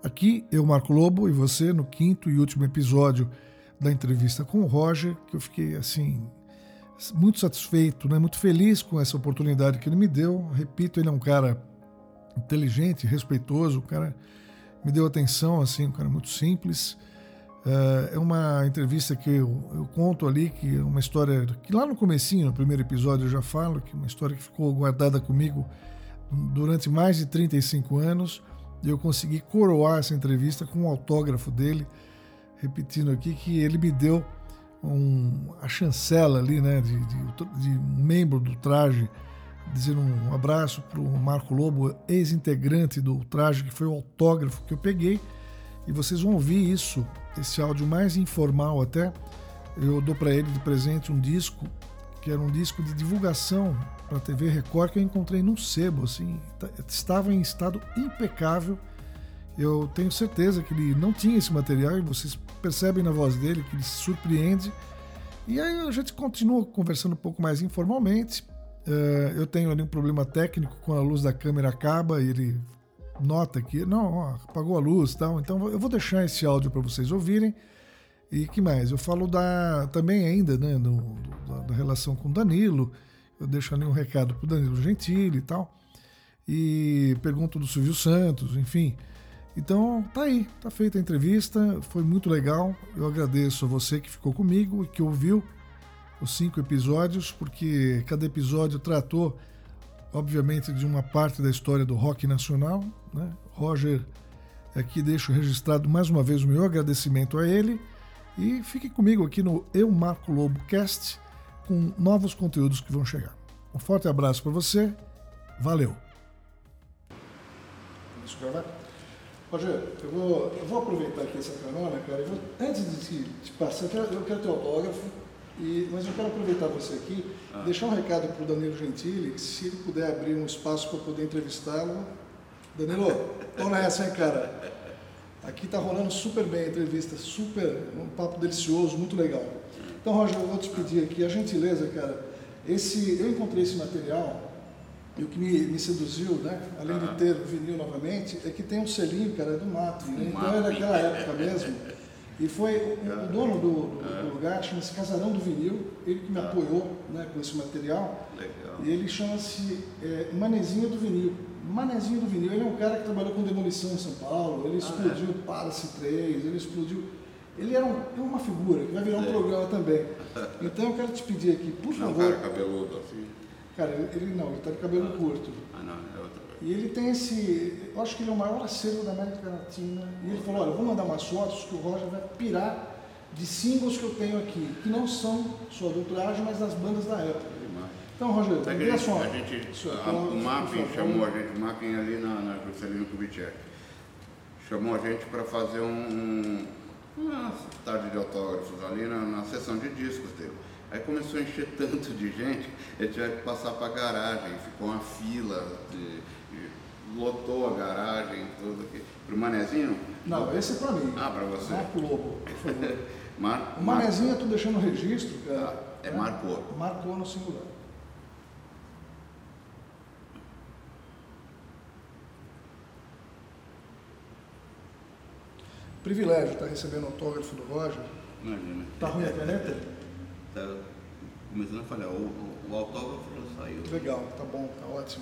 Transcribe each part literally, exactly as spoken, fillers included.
aqui eu, Marco Lobo, e você no quinto e último episódio da entrevista com o Roger, que eu fiquei assim muito satisfeito, né? Muito feliz com essa oportunidade que ele me deu. Repito, ele é um cara inteligente, respeitoso, um cara me deu atenção, assim, um cara muito simples. É uma entrevista que eu, eu conto ali, que é uma história que lá no comecinho, no primeiro episódio eu já falo, que é uma história que ficou guardada comigo durante mais de trinta e cinco anos, e eu consegui coroar essa entrevista com um autógrafo dele, repetindo aqui que ele me deu um, a chancela ali, né, de, de, de um membro do Traje, dizendo um abraço para o Marco Lobo, ex-integrante do Traje, que foi o autógrafo que eu peguei. E vocês vão ouvir isso, esse áudio mais informal até. Eu dou para ele de presente um disco, que era um disco de divulgação para a T V Record, que eu encontrei num sebo, assim, estava em estado impecável. Eu tenho certeza que ele não tinha esse material, e vocês percebem na voz dele que ele se surpreende. E aí a gente continua conversando um pouco mais informalmente. Eu tenho ali um problema técnico, quando a luz da câmera acaba, e ele nota que, não, ó, apagou a luz e tal. Então eu vou deixar esse áudio para vocês ouvirem. E que mais? Eu falo da, também ainda, né, do, do, da relação com o Danilo. Eu deixo ali um recado pro Danilo Gentili e tal. E pergunto do Silvio Santos, enfim. Então tá aí, tá feita a entrevista, foi muito legal. Eu agradeço a você que ficou comigo e que ouviu os cinco episódios, porque cada episódio tratou, obviamente, de uma parte da história do rock nacional, né? Roger, aqui deixo registrado mais uma vez o meu agradecimento a ele, e fique comigo aqui no Eu Marco Lobo Cast, com novos conteúdos que vão chegar. Um forte abraço para você, valeu! Deixa eu gravar. Roger, eu vou, eu vou aproveitar aqui essa carona, cara, eu vou, antes de te, te passar, eu quero, eu quero teu autógrafo. E, mas eu quero aproveitar você aqui, ah. deixar um recado para o Danilo Gentili, que se ele puder abrir um espaço para poder entrevistá-lo. Danilo, tô nessa, hein, cara? Aqui tá rolando super bem a entrevista, super, um papo delicioso, muito legal. Então, Roger, eu vou te pedir aqui a gentileza, cara. Esse, eu encontrei esse material, e o que me, me seduziu, né, além ah. de ter o vinil novamente, é que tem um selinho, cara, do Map, né? Então é daquela época mesmo. E foi o, o dono do, do, do lugar, chama-se Casarão do Vinil, ele que me apoiou, né, com esse material. Legal. E ele chama-se é, Manezinho do Vinil. Manezinho do Vinil, ele é um cara que trabalhou com demolição em São Paulo, ele explodiu o ah, é? Palace três, ele explodiu... Ele era um, uma figura que vai virar um é. programa também. Então eu quero te pedir aqui, por não, favor... Não, cara cabeludo assim? Cara, ele, ele não, ele tá de cabelo ah, curto. Ah, não, é outra coisa. E ele tem esse, eu acho que ele é o maior acervo da América Latina. E ele falou, olha, eu vou mandar umas fotos que o Roger vai pirar de singles que eu tenho aqui, que não são só do Traje, mas das bandas da época. Então, Roger, a dê a sua... A gente, a, o Mapping chamou a gente, o Mapping ali na, na Juscelino Kubitschek, chamou a gente para fazer um, uma tarde de autógrafos ali na, na sessão de discos dele. Aí começou a encher tanto de gente, ele tiver que passar para a garagem, ficou uma fila, de, de, lotou a garagem, tudo aqui. Pro Manezinho? Não, esse é para mim. Ah, para você. Marco Lobo, por favor. Mar, o Manezinho eu estou deixando o registro, cara. Ah, é marcou. Marcou no singular. Privilégio estar recebendo autógrafo do Roger. Imagina. Tá ruim a caneta? Tá começando a falhar. O, o, o autógrafo já saiu. Legal, tá bom, tá ótimo.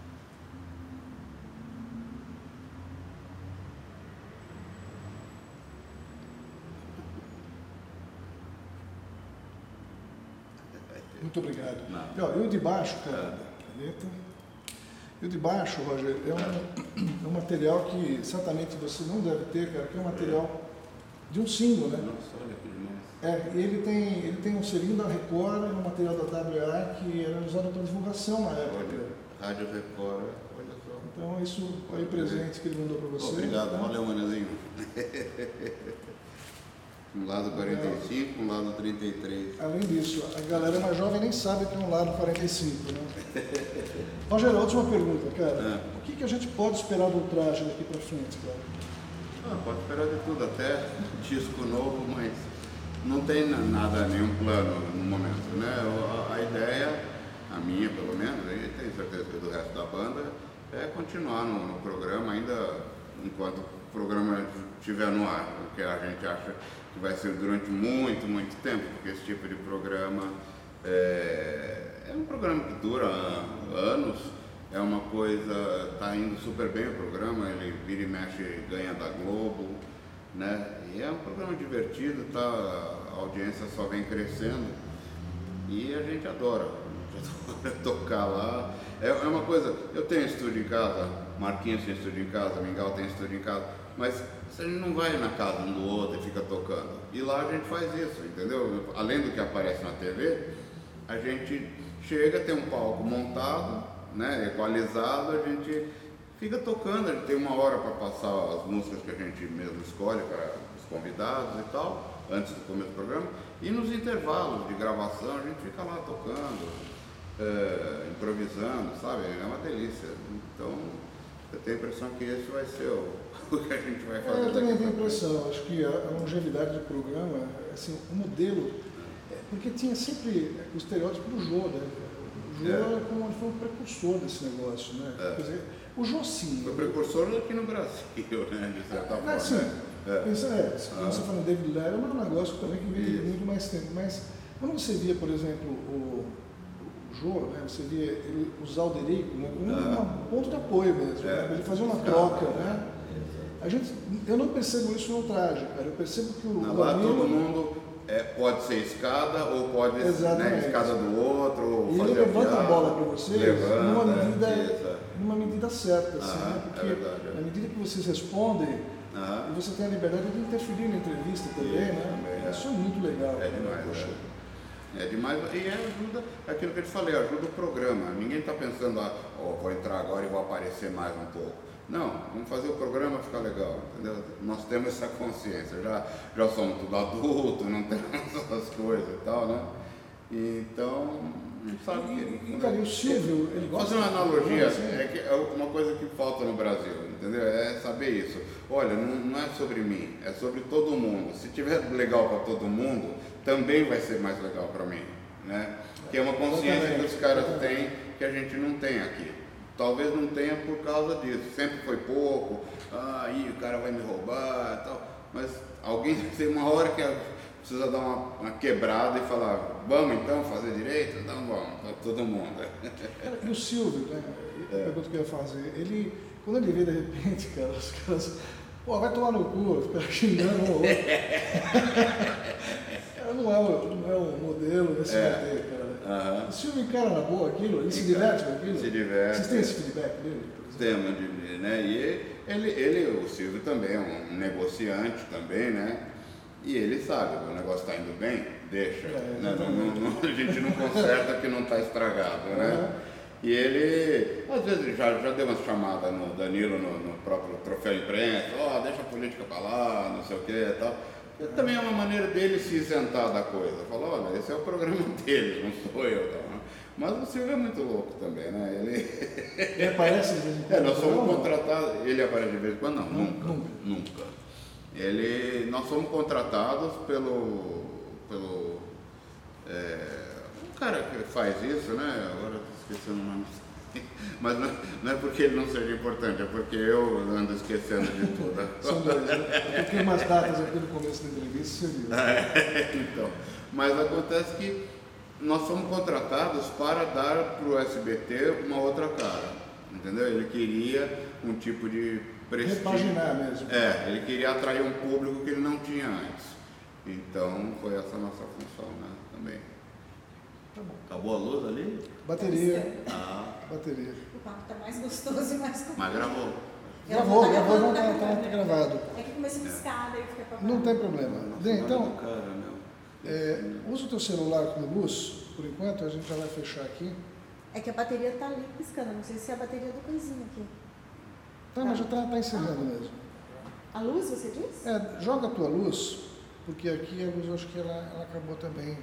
Muito obrigado. E, ó, eu de baixo, cara, caneta. Eu de baixo, Roger, é um, é um material que certamente você não deve ter, cara, que é um material de um single, né? Nossa, olha que demais. É, e ele tem, ele tem um selinho da Record, é um material da W A que era usado para divulgação na época. Olha, Rádio Record, olha só. Então, isso aí presente que ele mandou para você. Obrigado, tá? Valeu, Manezinho. Um lado quarenta e cinco, um lado trinta e três. Além disso, a galera mais jovem nem sabe que é um lado quarenta e cinco, né? Rogério, última pergunta, cara. É. O que, que a gente pode esperar do Traje daqui para frente, cara? Ah, pode esperar de tudo, até disco novo, mas não tem nada, nenhum plano no momento, né? A, a ideia, a minha pelo menos, e tenho certeza que do resto da banda, é continuar no, no programa ainda enquanto o programa estiver no ar, o que a gente acha que vai ser durante muito, muito tempo, porque esse tipo de programa é, é um programa que dura anos, é uma coisa, está indo super bem o programa, ele vira e mexe, ganha da Globo, né? E é um programa divertido, tá? A audiência só vem crescendo e a gente adora, a gente adora tocar lá. É, é uma coisa, eu tenho estúdio em casa, Marquinhos tem estúdio em casa, Mingau tem estúdio em casa, mas a gente não vai na casa um do outro e fica tocando. E lá a gente faz isso, entendeu? Além do que aparece na T V, a gente chega, tem um palco montado, né, equalizado, a gente fica tocando, a gente tem uma hora para passar as músicas que a gente mesmo escolhe para os convidados e tal, antes do começo do programa, e nos intervalos de gravação a gente fica lá tocando, é, improvisando, sabe? É uma delícia. Então, eu tenho a impressão que esse vai ser o, o que a gente vai fazer. É, eu também tenho a impressão, acho que a, a longevidade do programa, assim, o modelo, é, porque tinha sempre o estereótipo do Jô, né? O Jô é. como, foi um precursor desse negócio, né? É. Quer dizer, o Jô sim. Foi precursor aqui no Brasil, né? De certa é, forma. Assim, né? É. Pensa, é, quando ah. você fala David Letterman, é um negócio também que veio muito mais tempo. Mas quando você via, por exemplo, o, o Jô, né, você via ele usar o Derico, né, como ah. um ponto de apoio mesmo. É. Né, ele fazia uma troca, né? A gente, eu não percebo isso no traje, cara. Eu percebo que o. Não, lá Danilo, todo mundo é, pode ser escada ou pode ser né, escada do outro. Ou e fazer ele levanta a, a bola para vocês levanta, numa, medida, é, numa medida certa, assim, ah, né? Porque é verdade, é. na medida que vocês respondem, ah. e você tem a liberdade de interferir na entrevista também, e, né? Também, é. Isso é muito legal. É demais, né? É. é demais e ajuda, aquilo que eu te falei, ajuda o programa. Ninguém está pensando, ah, oh, vou entrar agora e vou aparecer mais um pouco. Não, vamos fazer o programa ficar legal, entendeu? Nós temos essa consciência, já, já somos tudo adulto, não temos essas coisas e tal, né? Então, sabe que ele... E, cara, e o Silvio, ele gosta... Fazer uma analogia, assim? É que é uma coisa que falta no Brasil, entendeu? É saber isso. Olha, não, não é sobre mim, é sobre todo mundo. Se tiver legal para todo mundo, também vai ser mais legal para mim, né? Que é uma consciência que os caras têm que a gente não tem aqui. Talvez não tenha por causa disso. Sempre foi pouco, ah, aí o cara vai me roubar e tal. Mas alguém tem uma hora que precisa dar uma, uma quebrada e falar, vamos então fazer direito? Então vamos, para todo mundo. Cara, e o Silvio, né? A é. pergunta que eu ia fazer, ele, quando ele vê de repente, cara, os caras, pô, vai tomar no cu, fica xingando um ou outro. Cara, não é o, não é o modelo desse é. bater, cara. Uhum. O Silvio encara na boa aquilo, ele se diverte com aquilo? Se diverte. Vocês têm esse feedback dele? Temos, né? E ele, ele, o Silvio também é um negociante também, né? E ele sabe, o negócio está indo bem, deixa. É, né? não, não, não, a gente não conserta que não está estragado, né? Uhum. E ele, às vezes, já, já deu uma chamada no Danilo, no, no próprio troféu imprensa, ó, oh, deixa a política para lá, não sei o que e tal. Também é uma maneira dele se isentar da coisa. Falar, olha, esse é o programa dele, não sou eu. Não. Mas o Silvio é muito louco também, né? Ele, ele aparece de vez em quando? É, nós somos contratados... Ele aparece de vez em quando? Não, não nunca, nunca. Nunca. Ele, nós somos contratados pelo... pelo é, o cara que faz isso, né? Agora eu estou esquecendo o nome. Mas não, não é porque ele não seja importante, é porque eu ando esquecendo de tudo. São dois, né? Eu tenho umas datas aqui no começo da entrevista, você viu. É, então, mas acontece que nós fomos contratados para dar para o S B T uma outra cara, entendeu? Ele queria um tipo de prestígio. Repaginar mesmo. É, ele queria atrair um público que ele não tinha antes. Então, foi essa a nossa função, né, também. Tá bom. Acabou a luz ali? Bateria. Ah. Bateria. O papo tá mais gostoso e mais complicado. Mas gravou. Gravou, gravou, não tá, tá, tá gravado. É que começou uma escada e fica pra Não tem problema. Dê, então, cara, é, usa o teu celular como luz, por enquanto, a gente já vai fechar aqui. É que a bateria tá ali piscando, não sei se é a bateria do coisinho aqui. Tá, mas já tá, tá encerrando mesmo. A luz, você disse? É, joga a tua luz, porque aqui a luz, eu acho que ela, ela acabou também.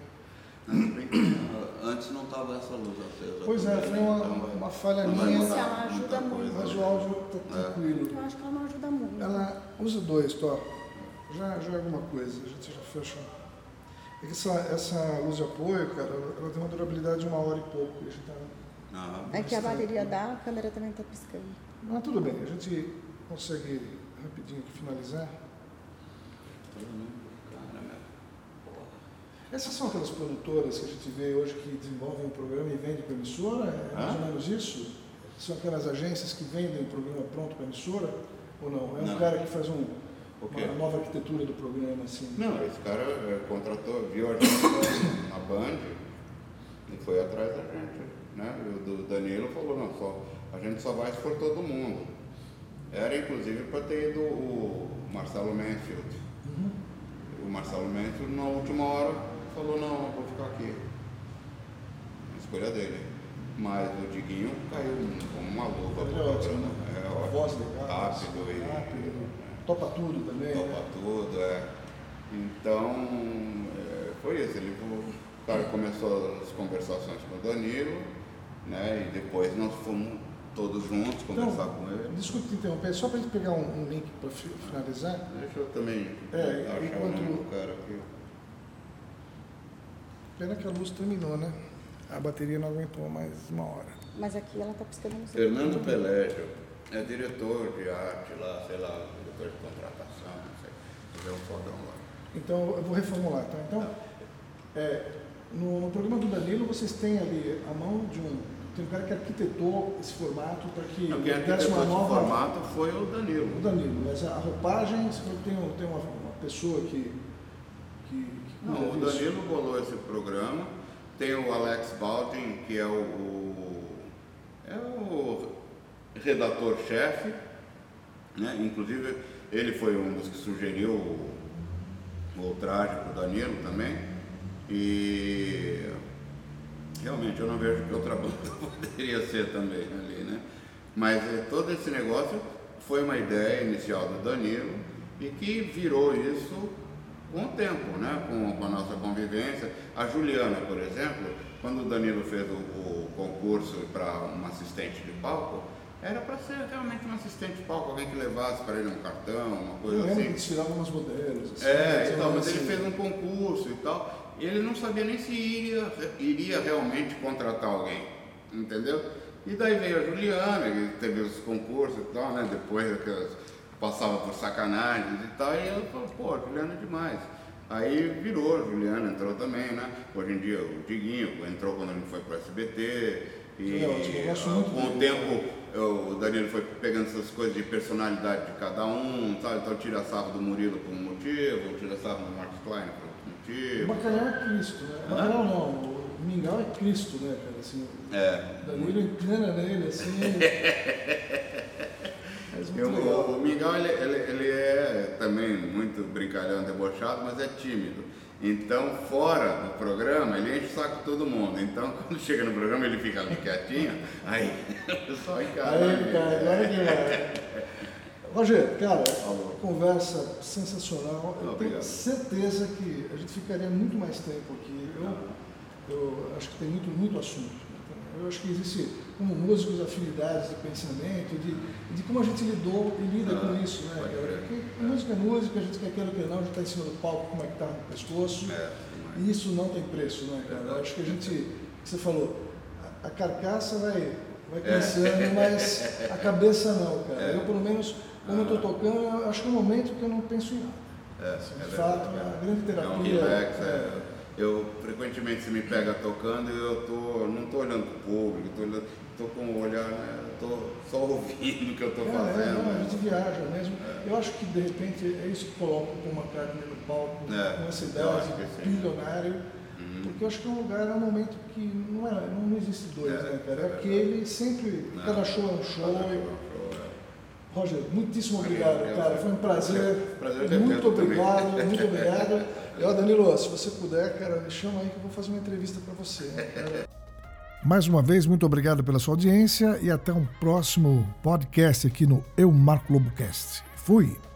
Antes não estava essa luz acesa. Pois é, foi uma, uma falha minha. Mas ela ajuda muito. Mas o áudio está tranquilo. Eu acho que ela não ajuda muito. Ela usa dois, Tó. Já, já é alguma coisa, a gente já fecha. É que essa, essa luz de apoio, cara, ela tem uma durabilidade de uma hora e pouco. A gente tá ah, é que a bateria dá, a câmera também está piscando. Mas tudo bem, a gente consegue rapidinho aqui finalizar. Essas são aquelas produtoras que a gente vê hoje que desenvolvem um programa e vendem para a emissora? É mais ah? ou menos isso? São aquelas agências que vendem o programa pronto para a emissora? Ou não? É um não. cara que faz um, uma nova arquitetura do programa? Assim? Não, esse cara é, contratou, viu a gente na Band e foi atrás da gente. Né? E o do Danilo falou, não, só, a gente só vai se for todo mundo. Era inclusive para ter ido o Marcelo Mansfield. Uhum. O Marcelo Mansfield na última hora falou, não, vou ficar aqui. A escolha dele. Mas o Diguinho caiu como uma luva pro programa. É ótimo. Voz legal, rápido e. Rápido. Topa tudo também. Topa né? tudo, é. Então, é, foi isso. Ele, o cara começou as conversações com o Danilo, né? E depois nós fomos todos juntos conversar então, com ele. Desculpe te interromper, só para a gente pegar um, um link para finalizar. Deixa eu também é, achar enquanto... o nome do cara aqui. Pena que a luz terminou, né? A bateria não aguentou mais uma hora. Mas aqui ela está piscando no Fernando Pelégio é diretor de arte lá, sei lá, diretor de contratação, não sei. Fazer um fodão lá. Então, eu vou reformular, tá? Então, é, no, no programa do Danilo, vocês têm ali a mão de um... Tem um cara que arquitetou esse formato para que... Não, quem arquitetou uma nova... esse formato foi o Danilo. O Danilo, mas a roupagem, você tem, tem uma, uma pessoa que... que, que Não, o Danilo bolou esse programa. Tem o Alex Baldwin, que é o, o, é o redator-chefe, né? Inclusive ele foi um dos que sugeriu o, o traje para o Danilo também. E realmente eu não vejo que outra banda poderia ser também ali, né? Mas é, todo esse negócio foi uma ideia inicial do Danilo e que virou isso com o tempo, né? com, com a nossa convivência. A Juliana, por exemplo, quando o Danilo fez o, o concurso para uma assistente de palco, era para ser realmente um assistente de palco, alguém que levasse para ele um cartão, uma coisa eu assim. Eu desfilava umas modelos. Assim, é, então, mas assim. Ele fez um concurso e tal, e ele não sabia nem se iria, iria realmente contratar alguém, entendeu? E daí veio a Juliana, ele teve os concursos e tal, né? Depois daquelas... passava por sacanagens e tal, e eu falei, pô, Juliana é demais. Aí virou, Juliana entrou também, né? Hoje em dia o Diguinho entrou quando ele foi para o S B T, e é, com o tempo eu, o Danilo foi pegando essas coisas de personalidade de cada um, sabe? Então tira sarro do Murilo por um motivo, tira sarro do Marcos Klein por outro motivo. O Bacalhau é Cristo, né? O Bacalhau não, o Mingau é Cristo, né, cara? Assim, é. O Danilo empina nele, assim... Eu, o Mingau ele, ele, ele é também muito brincalhão, debochado, mas é tímido. Então, fora do programa, ele enche o saco de todo mundo. Então, quando chega no programa, ele fica ali quietinho, aí o pessoal encara. Aí, cara, agora que vai. Rogério, cara, conversa sensacional. Eu Obrigado. Tenho certeza que a gente ficaria muito mais tempo aqui. Eu, eu acho que tem muito, muito assunto. Eu acho que existe, como músicos, afinidades de pensamento, de, de como a gente lidou e lida ah, com isso, né, cara? Porque é. música é música, a gente quer queira ou não, a gente está em cima do palco, como é que está no pescoço, é, e isso não tem preço, né, cara? Eu acho que a gente, que você falou, a, a carcaça vai, vai crescendo, é. mas a cabeça não, cara. É. Eu, pelo menos, quando eu estou tocando, eu acho que é um momento que eu não penso em nada. É, assim, é de fato, verdade, a grande terapia... É um relax, é. Eu, frequentemente, se me pega tocando, eu tô, não estou olhando para o público, estou com o olhar, né, estou só ouvindo o que eu estou é, fazendo. É, não, né? a gente viaja mesmo. É. Eu acho que, de repente, é isso que coloca o Paul McCartney no palco, é, com essa ideia de bilionário, uhum. porque eu acho que é um lugar, é um momento que não, é, não existe dois, é, né, cara? É, é aquele, sempre, não, cada show é um show. Cada show é um show, é. Roger, muitíssimo obrigado, cara. Foi um prazer. prazer muito obrigado, também. muito obrigado. E ó, Danilo, se você puder, cara, me chama aí que eu vou fazer uma entrevista para você. Né, cara? Mais uma vez, muito obrigado pela sua audiência e até um próximo podcast aqui no Eu Marco Lobo Cast. Fui!